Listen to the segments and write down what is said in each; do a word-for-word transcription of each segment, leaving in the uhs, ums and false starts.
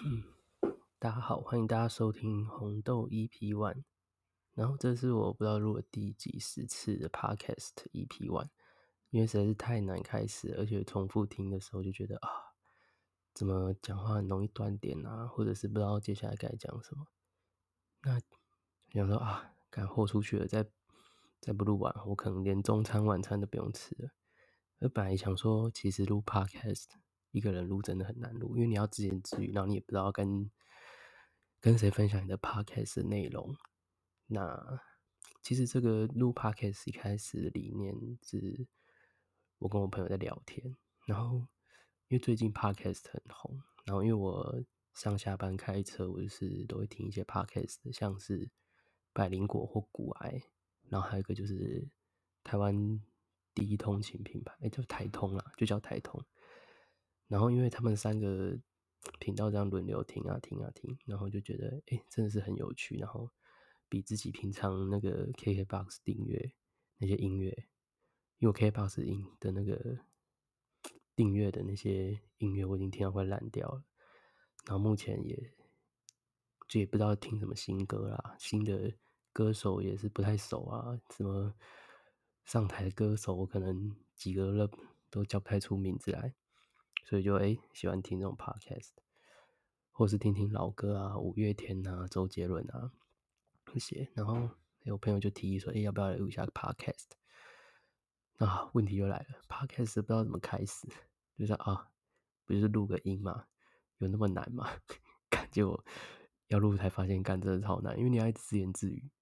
大家好，欢迎大家收听红豆 E P One。然后这是我不知道录了第几十次的 Podcast E P One，因为实在是太难开始了，而且重复听的时候就觉得啊，怎么讲话很容易断点啊，或者是不知道接下来该讲什么。那想说啊，赶豁出去了，再再不录完，我可能连中餐晚餐都不用吃了。而本来想说，其实录 Podcast 一个人录真的很难录，因为你要自言自语，然后你也不知道跟跟谁分享你的 Podcast 的内容。那其实这个录 Podcast 一开始的理念是，我跟我朋友在聊天，然后因为最近 Podcast 很红，然后因为我上下班开车，我就是都会听一些 Podcast 的，像是百灵果或股癌，然后还有一个就是台湾第一通勤品牌，哎、欸，叫台通啦，就叫台通。然后因为他们三个频道这样轮流听啊听啊听，然后就觉得哎、欸，真的是很有趣，然后比自己平常那个 K K B O X 订阅那些音乐，因为我 K K B O X 音的那个订阅的那些音乐我已经听到快烂掉了，然后目前也就也不知道听什么新歌啦，新的歌手也是不太熟啊，什么上台的歌手我可能几个了都叫不太出名字来，所以就哎、欸、喜欢听这种 podcast， 或是听听老歌啊，五月天啊，周杰伦啊这些，然后有朋友就提议说，哎、欸，要不要来录一下 podcast？啊，问题又来了 ，podcast 不知道怎么开始，就是啊，不就是录个音嘛，有那么难吗？感觉我要录才发现，干真的超难，因为你要一直自言自语。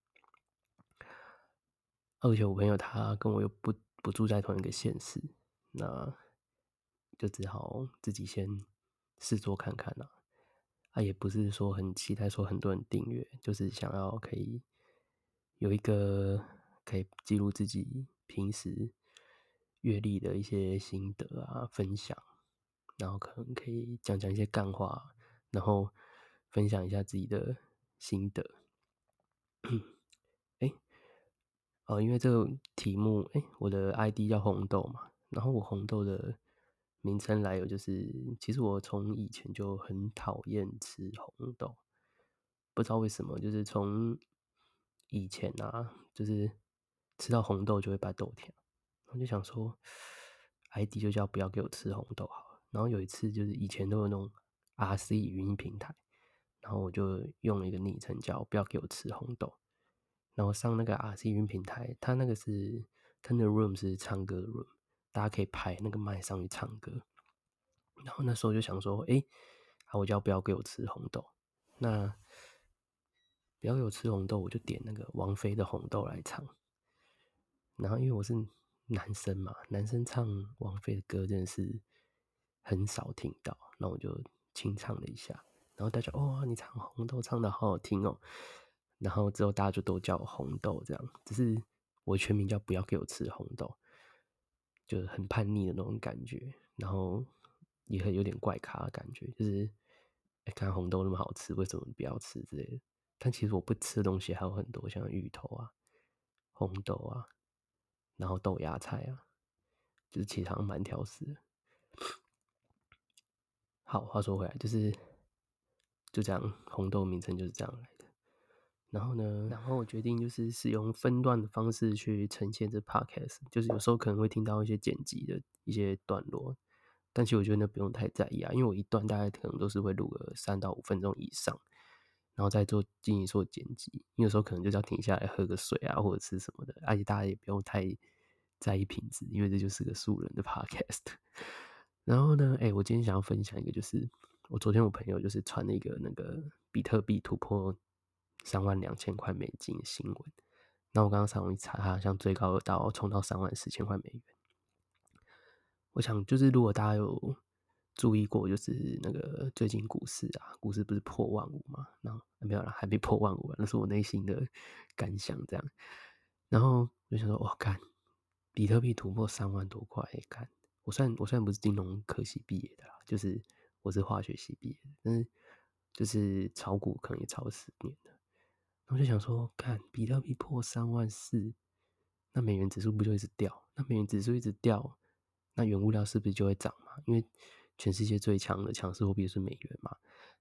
而且我朋友他跟我又不不住在同一个县市，那就只好自己先试做看看啦。啊，也不是说很期待说很多人订阅，就是想要可以有一个可以记录自己平时阅历的一些心得啊分享，然后可能可以讲讲一些干话，然后分享一下自己的心得。哎，哦，因为这个题目，哎，我的 I D 叫红豆嘛，然后我红豆的名称来由就是，其实我从以前就很讨厌吃红豆，不知道为什么，就是从以前啊，就是吃到红豆就会把豆甜，我就想说，I D 就叫不要给我吃红豆好了。然后有一次就是以前都有那种 R C 语音平台，然后我就用了一个昵称叫不要给我吃红豆。然后上那个 R C 云平台，它那个是它那个 room 是唱歌的 room，大家可以排那个麦上去唱歌。然后那时候就想说，哎，好，我叫不要给我吃红豆，那不要给我吃红豆，我就点那个王菲的红豆来唱。然后因为我是男生嘛，男生唱王菲的歌真的是很少听到，那我就清唱了一下，然后大家哦，你唱红豆唱的好好听哦，然后之后大家就都叫我红豆这样，只是我全名叫不要给我吃红豆，就是很叛逆的那种感觉，然后也很有点怪咖的感觉，就是哎，看红豆那么好吃，为什么不要吃之类的？但其实我不吃的东西还有很多，像芋头啊、红豆啊，然后豆芽菜啊，就是其实好像蛮挑食的。好，话说回来，就是就这样，红豆名称就是这样来的。然后呢，然后我决定就是使用分段的方式去呈现这 podcast，就是有时候可能会听到一些剪辑的一些段落，但其实我觉得那不用太在意啊，因为我一段大概可能都是会录个三到五分钟以上，然后再做进行做剪辑。有时候可能就是要停下来喝个水啊，或者吃什么的，而且大家也不用太在意品质，因为这就是个素人的 podcast。然后呢，哎、欸，我今天想要分享一个，就是我昨天我朋友就是传了一个那个比特币突破三万两千块美金的新闻。那我刚刚上网一查，它好像最高有到冲到三万四千块美元。我想就是如果大家有注意过，就是那个最近股市啊，股市不是破万五嘛？然后没有啦，还没破万五啊，那是我内心的感想这样。然后我就想说，哇，看比特币突破三万多块，看我虽然我虽然不是金融科系毕业的啦，就是我是化学系毕业的，但是就是炒股可能也炒了十年了。然后就想说，看比特币破三万四，那美元指数不就一直掉？那美元指数一直掉，那原物料是不是就会涨嘛？因为全世界最强的强势货币是美元嘛。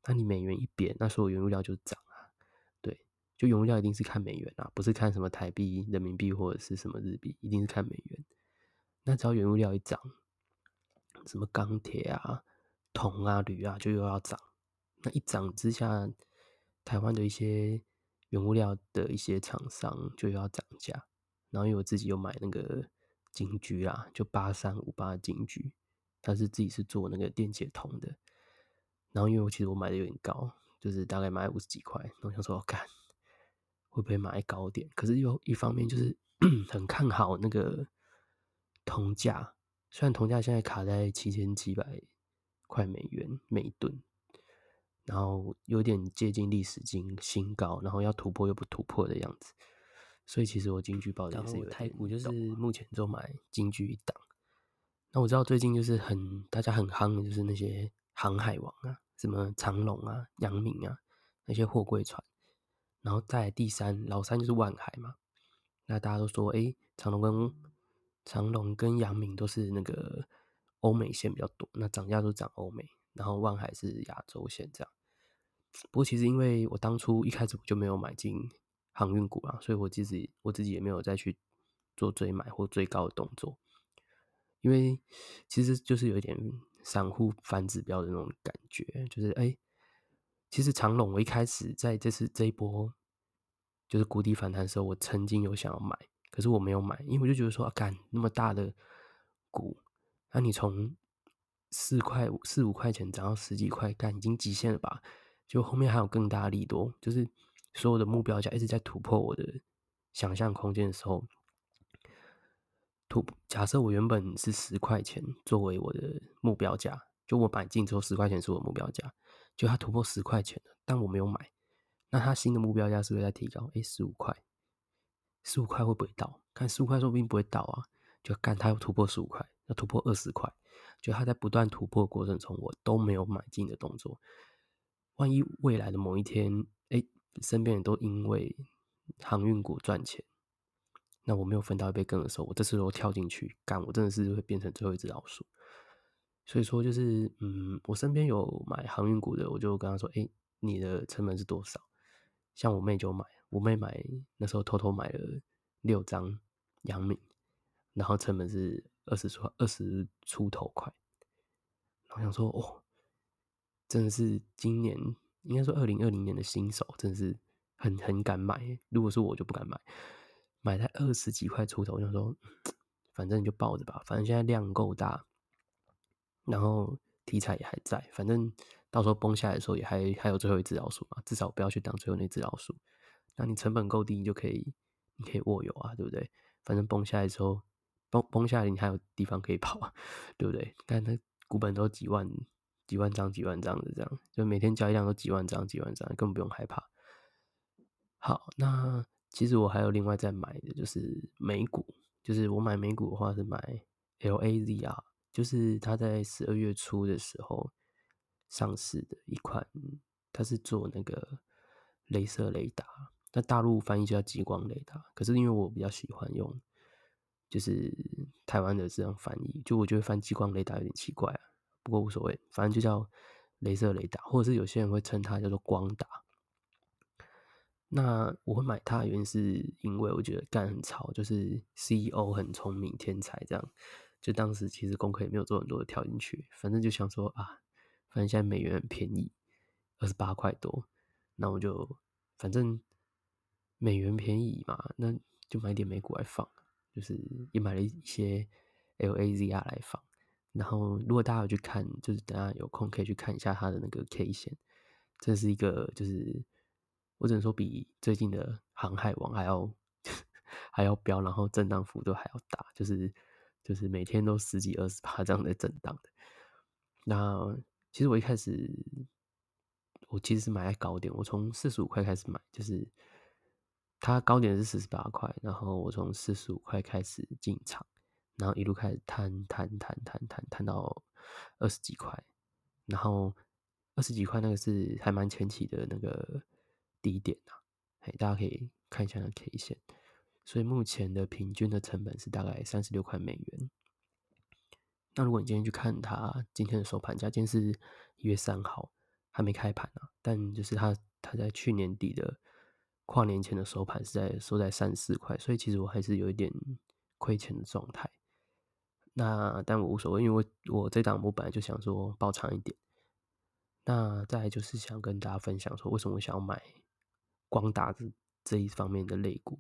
那你美元一贬，那所有原物料就涨啊。对，就原物料一定是看美元啊，不是看什么台币、人民币或者是什么日币，一定是看美元。那只要原物料一涨，什么钢铁啊、铜啊、铝啊，就又要涨。那一涨之下，台湾的一些原物料的一些厂商就又要涨价。然后因为我自己有买那个金居啦，就八三五八金居，它是自己是做那个电解铜的。然后因为我其实我买的有点高，就是大概买五十几块，然后我想说，干会不会买高点？可是又一方面就是很看好那个铜价，虽然铜价现在卡在七千七百块美元每吨，然后有点接近历史新新高，然后要突破又不突破的样子，所以其实我金居报的也是有点。台股就是目前就买金居一档。那我知道最近就是很大家很夯的就是那些航海王啊，什么长龙啊、阳明啊那些货柜船，然后再来第三老三就是万海嘛。那大家都说，哎，长龙跟长龙跟阳明都是那个欧美线比较多，那涨价都涨欧美，然后万海是亚洲线这样。不过其实因为我当初一开始我就没有买进航运股啦，所以我自己我自己也没有再去做追买或追高的动作。因为其实就是有一点散户反指标的那种感觉，就是哎、欸，其实长龙我一开始在这次这一波就是谷底反弹的时候，我曾经有想要买，可是我没有买，因为我就觉得说，啊，干那么大的股，那、啊、你从四块四五块钱涨到十几块，干已经极限了吧？就后面还有更大的利多，就是所有的目标价一直在突破我的想象空间的时候。突假设我原本是十块钱作为我的目标价，就我买进之后十块钱是我的目标价，就它突破十块钱了，但我没有买，那它新的目标价是不是在提高？哎，十五块，十五块会不会到？看十五块说不定不会到啊，就看它要突破十五块，要突破二十块，就它在不断突破的过程中，我都没有买进的动作。万一未来的某一天，哎，身边人都因为航运股赚钱。那我没有分到一杯羹的时候，我这次如果跳进去干，我真的是会变成最后一只老鼠。所以说就是，嗯，我身边有买航运股的，我就跟他说，哎、欸，你的成本是多少？像我妹就买，我妹买那时候偷偷买了六张阳明，然后成本是二十出二十出头块。然后想说，哦，真的是今年应该说二零二零年的新手，真的是很很敢买。如果是我就不敢买。买在二十几块出头，我就说，反正你就抱着吧，反正现在量够大，然后题材也还在，反正到时候崩下来的时候也还还有最后一只老鼠嘛，至少不要去当最后那只老鼠。那你成本够低，你就可以你可以握有啊，对不对？反正崩下来的时候，崩崩下来你还有地方可以跑啊，对不对？但那股本都几万几万张几万张的这样，就每天交易量都几万张几万张，根本不用害怕。好，那其实我还有另外在买的，就是美股。就是我买美股的话是买 L A Z R，就是它在十二月初的时候上市的一款，它是做那个雷射雷达，那大陆翻译就叫激光雷达。可是因为我比较喜欢用，就是台湾的这样翻译，就我觉得翻激光雷达有点奇怪啊，不过无所谓，反正就叫雷射雷达，或者是有些人会称它叫做光达。那我会买它的原因是因为我觉得干很潮，就是 C E O 很聪明天才这样。就当时其实功课也没有做很多的跳进去，反正就想说啊，反正现在美元很便宜，二十八块多，那我就反正美元便宜嘛，那就买点美股来放，就是也买了一些 L A Z R 来放。然后如果大家有去看，就是等下有空可以去看一下它的那个 K 线，这是一个就是我只能说比最近的航海王还要还要飙，然后震荡幅度还要大，就是就是每天都十几二十趴这样的震荡的。那其实我一开始我其实是买在高点，我从四十五块开始买，就是它高点是四十八块，然后我从四十五块开始进场，然后一路开始摊摊摊摊摊摊到二十几块，然后二十几块那个是还蛮前期的那个低点啊，嘿，大家可以看一下那 K 线，所以目前的平均的成本是大概三十六块美元。那如果你今天去看它今天的收盘价，今天是一月三号， 还没开盘啊，但就是它它在去年底的跨年前的收盘是在收在三十四块，所以其实我还是有一点亏钱的状态。那但我无所谓，因为我我这档我本来就想说爆长一点。那再来就是想跟大家分享说，为什么我想要买光达这这一方面的类股。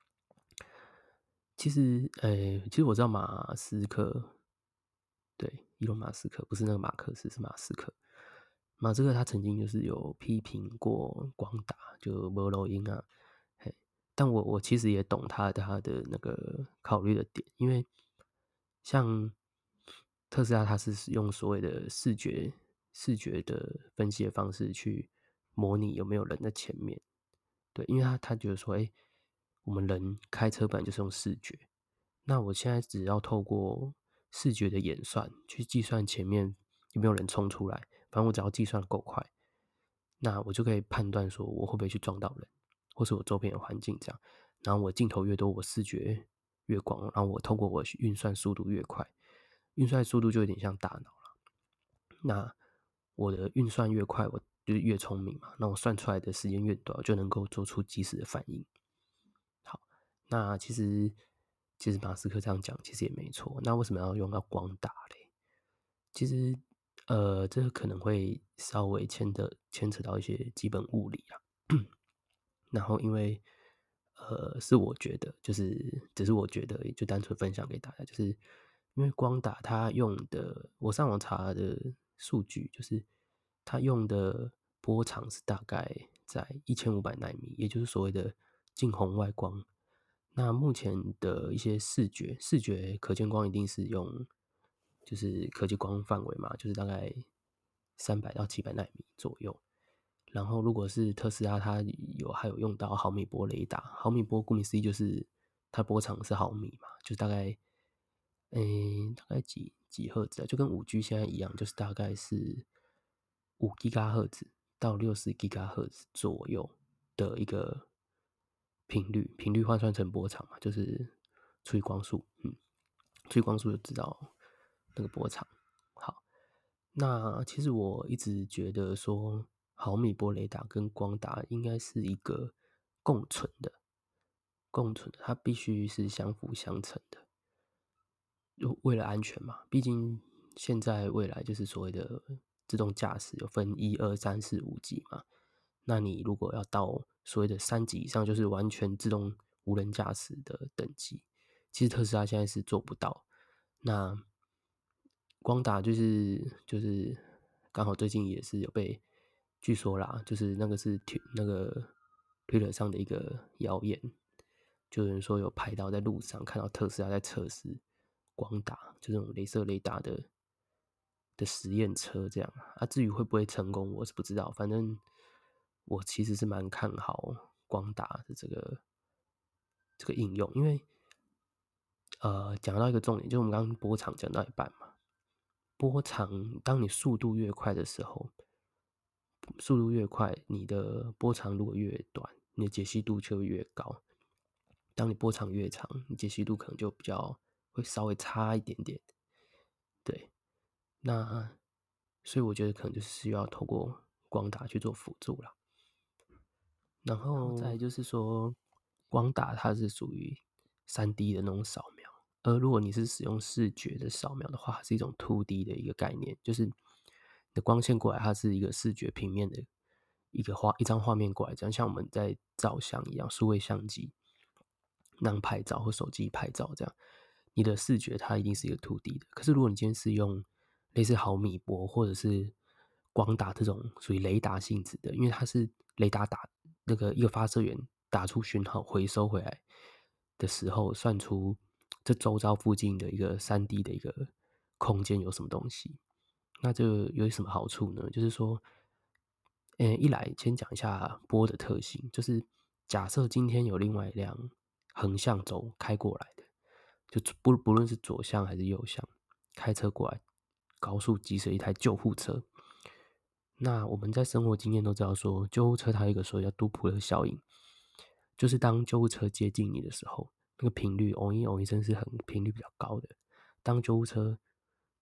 其实，呃，其实我知道马斯克，对，伊隆马斯克不是那个马克思，是马斯克。马斯克他曾经就是有批评过光达，就没录音啊，嘿，但我我其实也懂他的他的那个考虑的点，因为像特斯拉，它是用所谓的视觉视觉的分析的方式去模拟有没有人在前面，对，因为他他觉得说，哎、我们人开车本来就是用视觉，那我现在只要透过视觉的演算去计算前面有没有人冲出来，反正我只要计算够快，那我就可以判断说我会不会去撞到人，或是我周边的环境这样。然后我镜头越多，我视觉越广，然后我通过我运算速度越快，运算速度就有点像大脑了。那我的运算越快，我就越聪明嘛。那我算出来的时间越短，我就能够做出及时的反应。好，那其实其实马斯克这样讲其实也没错。那为什么要用到光达嘞？其实呃，这个可能会稍微牵的牵扯到一些基本物理啊。然后因为呃，是我觉得，就是只是我觉得，就单纯分享给大家，就是因为光达它用的，我上网查的数据，就是它用的波长是大概在一千五百纳米，也就是所谓的近红外光。那目前的一些视觉视觉可见光一定是用就是可见光范围嘛，就是大概三百到七百纳米左右。然后如果是特斯拉，它有还有用到毫米波雷达，毫米波顾名思义就是它波长是毫米嘛，就是大概，诶，大概几几赫兹啊，就跟五 G 现在一样，就是大概是五 g 赫兹到六十 g 赫兹左右的一个频率，频率换算成波长嘛，就是除以光速，嗯，除以光速就知道那个波长。好，那其实我一直觉得说，毫米波雷达跟光达应该是一个共存的，共存的，它必须是相辅相成的。就为了安全嘛，毕竟现在未来就是所谓的自动驾驶有分一二三四五级嘛。那你如果要到所谓的三级以上，就是完全自动无人驾驶的等级，其实特斯拉现在是做不到。那光达就是就是刚好最近也是有被据说啦，就是那个是推那个推特上的一个谣言，就有人说有拍到在路上看到特斯拉在测试光达，就这种雷射雷达的的实验车这样啊。至于会不会成功，我是不知道。反正我其实是蛮看好光达的这个这个应用，因为呃讲到一个重点，就是我们刚刚波长讲到一半嘛。波长，当你速度越快的时候，速度越快，你的波长如果越短，你的解析度就会越高。当你波长越长，你解析度可能就比较会稍微差一点点。对，那所以我觉得可能就是需要透过光达去做辅助啦。然后再来就是说，光达它是属于三 D 的那种扫描，而如果你是使用视觉的扫描的话，它是一种 二 D 的一个概念，就是你的光线过来，它是一个视觉平面的一个画一张画面过来，这样像我们在照相一样，数位相机那样拍照或手机拍照这样，你的视觉它一定是一个 二 D 的。可是如果你今天是用类似毫米波或者是光达这种属于雷达性质的，因为它是雷达打那个一个发射源打出讯号回收回来的时候，算出这周遭附近的一个三 D 的一个空间有什么东西。那这个有什么好处呢？就是说，呃，一来先讲一下波的特性，就是假设今天有另外一辆横向轴开过来的，就不不论是左向还是右向开车过来，高速疾驶一台救护车。那我们在生活经验都知道说，救护车它有一个所谓叫杜普勒效应，就是当救护车接近你的时候，那个频率“嗡一嗡一声”是很频率比较高的。当救护车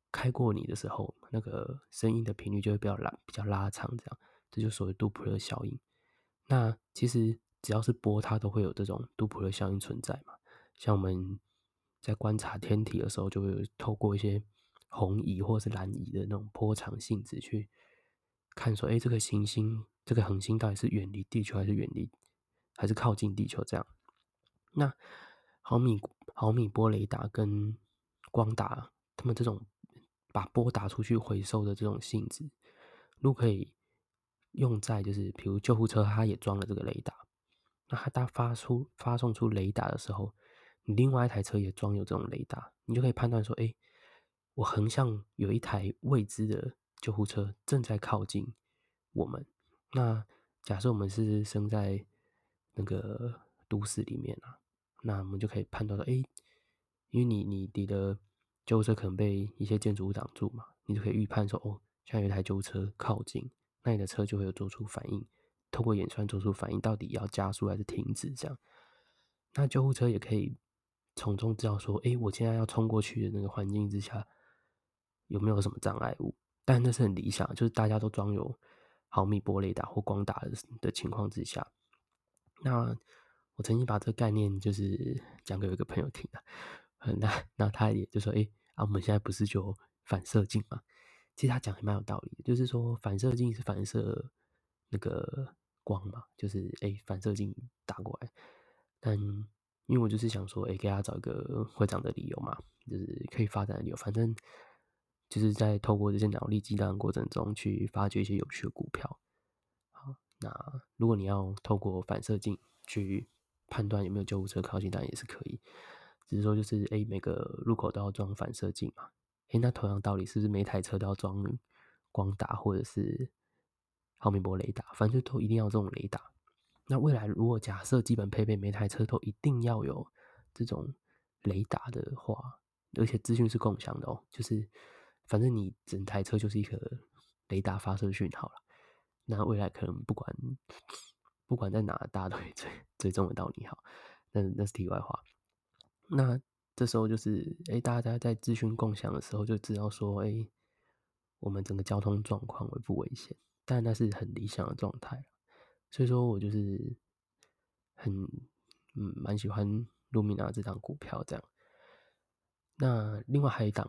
开过你的时候，那个声音的频率就会比较拉比较拉长，这样，这就所谓杜普勒效应。那其实只要是波，它都会有这种杜普勒效应存在嘛。像我们在观察天体的时候，就会透过一些红移或是蓝移的那种波长性质去看说，哎，这个行星、这个恒星到底是远离地球还是远离，还是靠近地球这样。那毫米毫米波雷达跟光达，他们这种把波打出去回收的这种性质，如果可以用在就是比如救护车，它也装了这个雷达，那它它发出发送出雷达的时候，你另外一台车也装有这种雷达，你就可以判断说，哎，我横向有一台未知的救护车正在靠近我们。那假设我们是生在那个都市里面啊，那我们就可以判断到，哎，因为你你你的救护车可能被一些建筑物挡住嘛，你就可以预判说，哦，现在有一台救护车靠近，那你的车就会有做出反应，透过演算做出反应，到底要加速还是停止这样。那救护车也可以从中知道说，哎，我现在要冲过去的那个环境之下，有没有什么障碍物？但那是很理想，就是大家都装有毫米波雷达或光达的的情况之下。那我曾经把这个概念就是讲给我一个朋友听的，那那他也就说，哎，啊，我们现在不是就有反射镜嘛？其实他讲也蛮有道理的，就是说反射镜是反射那个光嘛，就是哎反射镜打过来，但因为我就是想说，哎，给他找一个会长的理由嘛，就是可以发展的理由，反正就是在透过这些脑力激荡的过程中去发掘一些有趣的股票。好，那如果你要透过反射镜去判断有没有救护车靠近，当然也是可以，只是说就是哎每个路口都要装反射镜嘛。诶，那同样道理，是不是每台车都要装光达或者是毫米波雷达？反正就都一定要这种雷达。那未来如果假设基本配备每台车都一定要有这种雷达的话，而且资讯是共享的哦，就是反正你整台车就是一个雷达发射讯号了。那未来可能不管不管在哪，大家都会追追踪得到你好。那那是题外话。那这时候就是，哎，大家在资讯共享的时候就知道说，哎，我们整个交通状况危不危险？但那是很理想的状态，所以说我就是很嗯蛮喜欢 Lumina 这档股票这样。那另外还有一档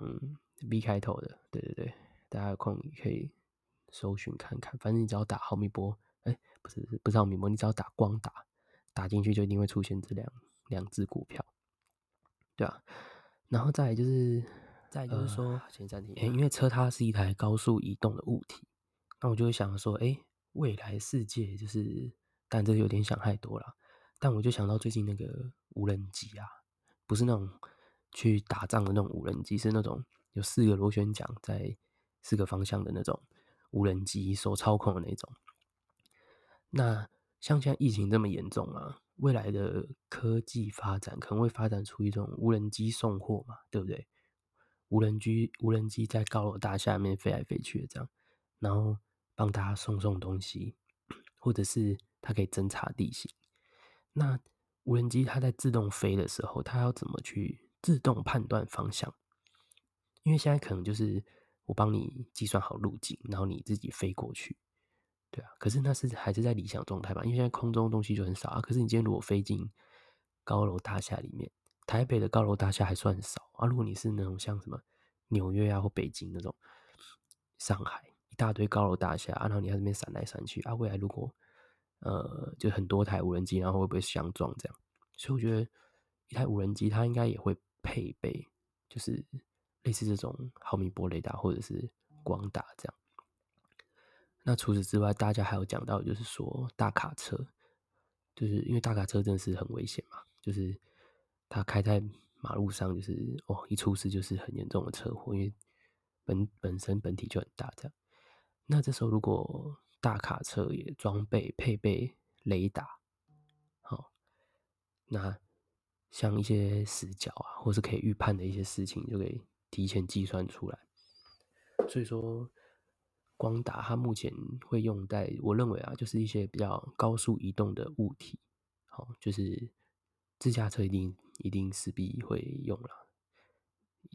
B 开头的，对对对，大家有空你可以搜寻看看，反正你只要打毫米波，哎，不是不是毫米波，你只要打光打打进去就一定会出现这两两只股票。对啊，然后再来就是，再来就是说，先暂停一下，因为车它是一台高速移动的物体，那我就会想说，哎，未来世界就是，但这有点想太多了。但我就想到最近那个无人机啊，不是那种去打仗的那种无人机，是那种有四个螺旋桨在四个方向的那种无人机，手操控的那种。那像现在疫情这么严重啊，未来的科技发展可能会发展出一种无人机送货嘛，对不对？无人机无人机在高楼大厦里面飞来飞去的这样，然后帮大家送送东西，或者是它可以侦察地形。那无人机它在自动飞的时候，它要怎么去自动判断方向？因为现在可能就是我帮你计算好路径，然后你自己飞过去。对啊，可是那是还是在理想状态吧，因为现在空中的东西就很少啊。可是你今天如果飞进高楼大厦里面，台北的高楼大厦还算少啊。如果你是那种像什么纽约啊或北京那种，上海一大堆高楼大厦啊，然后你在那边闪来闪去啊，未来如果呃就很多台无人机，然后会不会相撞这样？所以我觉得一台无人机它应该也会配备，就是类似这种毫米波雷达或者是光达这样。那除此之外，大家还有讲到，就是说大卡车，就是因为大卡车真的是很危险嘛，就是它开在马路上，就是哦一出事就是很严重的车祸，因为本本身本体就很大这样。那这时候如果大卡车也装备配备雷达，好，那像一些死角啊，或是可以预判的一些事情，就可以提前计算出来。所以说，光达它目前会用在，我认为啊，就是一些比较高速移动的物体，好，就是自驾车一定一定势必会用啦。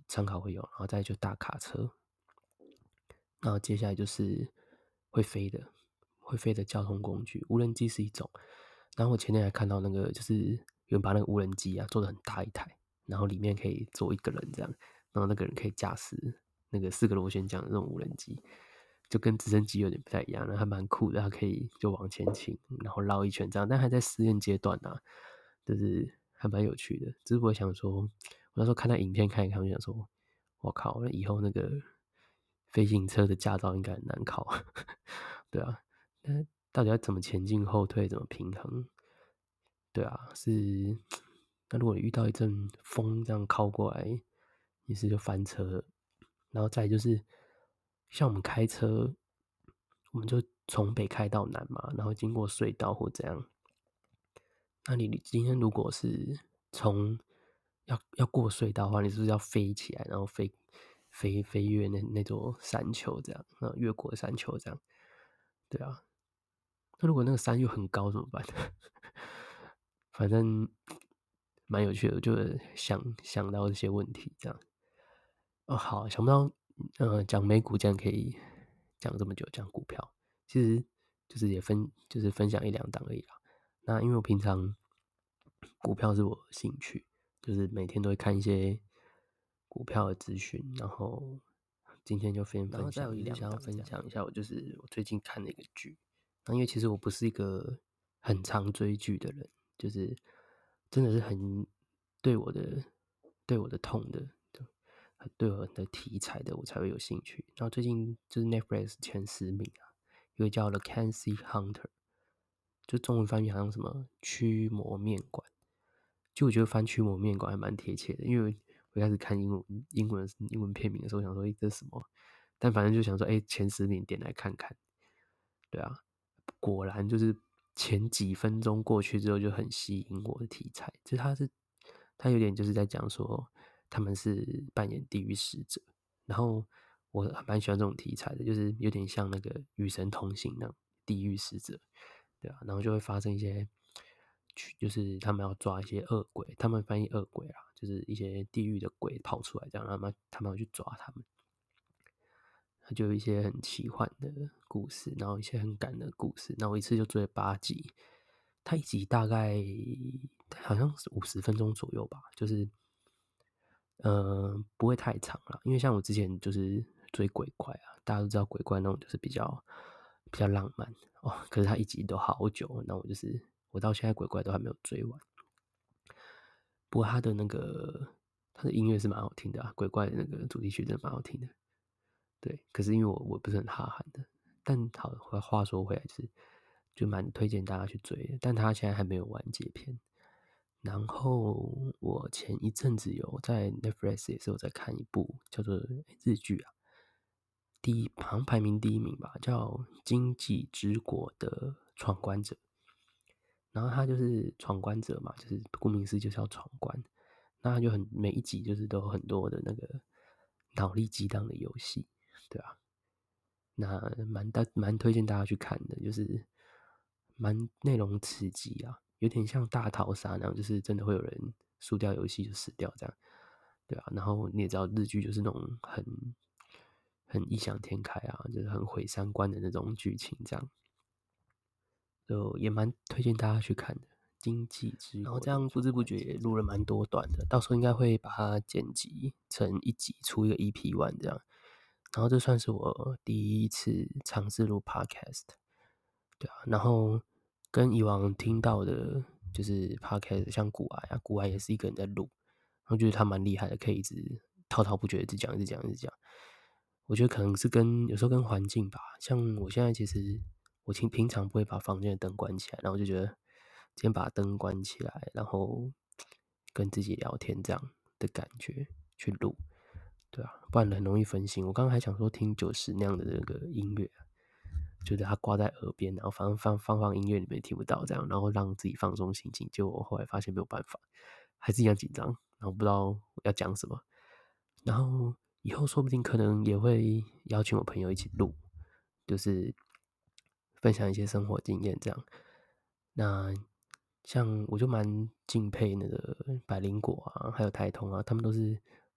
参考会有，然后再就大卡车，然后接下来就是会飞的，会飞的交通工具，无人机是一种。然后我前天还看到那个，就是有人把那个无人机啊做的很大一台，然后里面可以坐一个人这样，然后那个人可以驾驶那个四个螺旋桨的那种无人机，就跟直升机有点不太一样，然后还蛮酷的，它可以就往前倾，然后绕一圈这样，但还在实验阶段啊，就是还蛮有趣的。只是我想说，我那时候看那影片看一看，我想说，我靠，那以后那个飞行车的驾照应该很难考，对啊，那到底要怎么前进后退，怎么平衡？对啊，是。那如果你遇到一阵风这样靠过来，也是就翻车了。然后再来就是，像我们开车，我们就从北开到南嘛，然后经过隧道或怎样。那你今天如果是从要要过隧道的话，你是不是要飞起来，然后飞飞飞越那那座山丘这样，呃，越过山丘这样？对啊，那如果那个山又很高怎么办？反正蛮有趣的，就想想到这些问题这样。哦，好，想不到，呃，讲美股竟然可以讲这么久，讲股票，其实就是也分就是分享一两档而已啦。那因为我平常股票是我兴趣，就是每天都会看一些股票的资讯，然后今天就分分享一两档。想要分享一下，我就是我最近看的一个剧。那因为其实我不是一个很常追剧的人，就是真的是很对我的对我的痛的，很对我的题材的，我才会有兴趣。然后最近就是 Netflix 前十名啊，有个叫《The Cancy Hunter》，就中文翻译好像什么驱魔面馆。就我觉得翻驱魔面馆还蛮贴切的，因为我一开始看英文英文英文片名的时候，想说诶这是什么？但反正就想说，哎，前十名点来看看。对啊，果然就是前几分钟过去之后就很吸引我的题材，就是他是他有点就是在讲说他们是扮演地狱使者，然后我还蛮喜欢这种题材的，就是有点像那个与神同行那种地狱使者，对啊，然后就会发生一些，就是他们要抓一些恶鬼，他们翻译恶鬼啊，就是一些地狱的鬼跑出来，这样，他们他们要去抓他们。它就有一些很奇幻的故事，然后一些很感的故事，然后我一次就追了八集，它一集大概好像是五十分钟左右吧，就是呃不会太长啦，因为像我之前就是追鬼怪啊，大家都知道鬼怪那种就是比较比较浪漫哦，可是它一集都好久，那我就是我到现在鬼怪都还没有追完，不过它的那个它的音乐是蛮好听的啊，鬼怪的那个主题曲真的蛮好听的。对，可是因为我我不是很哈韩的，但好话说回来，就是就蛮推荐大家去追的，但他现在还没有完结篇。然后我前一阵子有在 Netflix 也是有在看一部叫做日剧啊，第一好像排名第一名吧，叫《经济之国的闯关者》。然后他就是闯关者嘛，就是顾名思义就是要闯关。那他就很每一集就是都有很多的那个脑力激荡的游戏，对啊，那蛮大蛮推荐大家去看的，就是蛮内容刺激啊，有点像大逃杀那样，就是真的会有人输掉游戏就死掉这样，对啊。然后你也知道日剧就是那种很很异想天开啊，就是很毁三观的那种剧情这样，就也蛮推荐大家去看的。经济之然后这样不知不觉也录了蛮多段的，到时候应该会把它剪辑成一集出一个 E P one 这样。然后这算是我第一次尝试录 Podcast，对啊，然后跟以往听到的，就是 Podcast 像古癌啊，古癌也是一个人在录，然后觉得他蛮厉害的，可以一直滔滔不绝，一直讲，一直讲，一直讲。我觉得可能是跟有时候跟环境吧，像我现在其实我平平常不会把房间的灯关起来，然后我就觉得今天把灯关起来，然后跟自己聊天这样的感觉去录，对啊，不然很容易分心。我刚刚还想说听九十那样的那个音乐，就是它挂在耳边，然后放放放放音乐，你们也听不到这样，然后让自己放松心情。结果我后来发现没有办法，还是一样紧张，然后不知道要讲什么。然后以后说不定可能也会邀请我朋友一起录，就是分享一些生活经验这样。那像我就蛮敬佩那个百灵果啊，还有台通啊，他们都是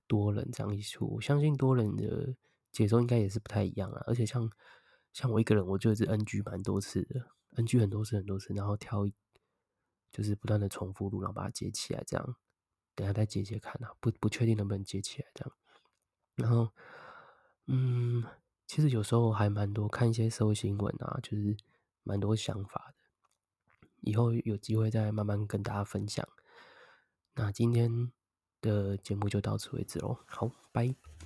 多人这样一出，我相信多人的节奏应该也是不太一样啊。而且像像我一个人，我就一直 N G 蛮多次的，N G 很多次很多次，然后挑就是不断的重复录，然后把它接起来，这样等一下再接接看啊，不不确定能不能接起来这样。然后，嗯，其实有时候还蛮多看一些社会新闻啊，就是蛮多想法的。以后有机会再慢慢跟大家分享。那今天的节目就到此为止喽，好，拜。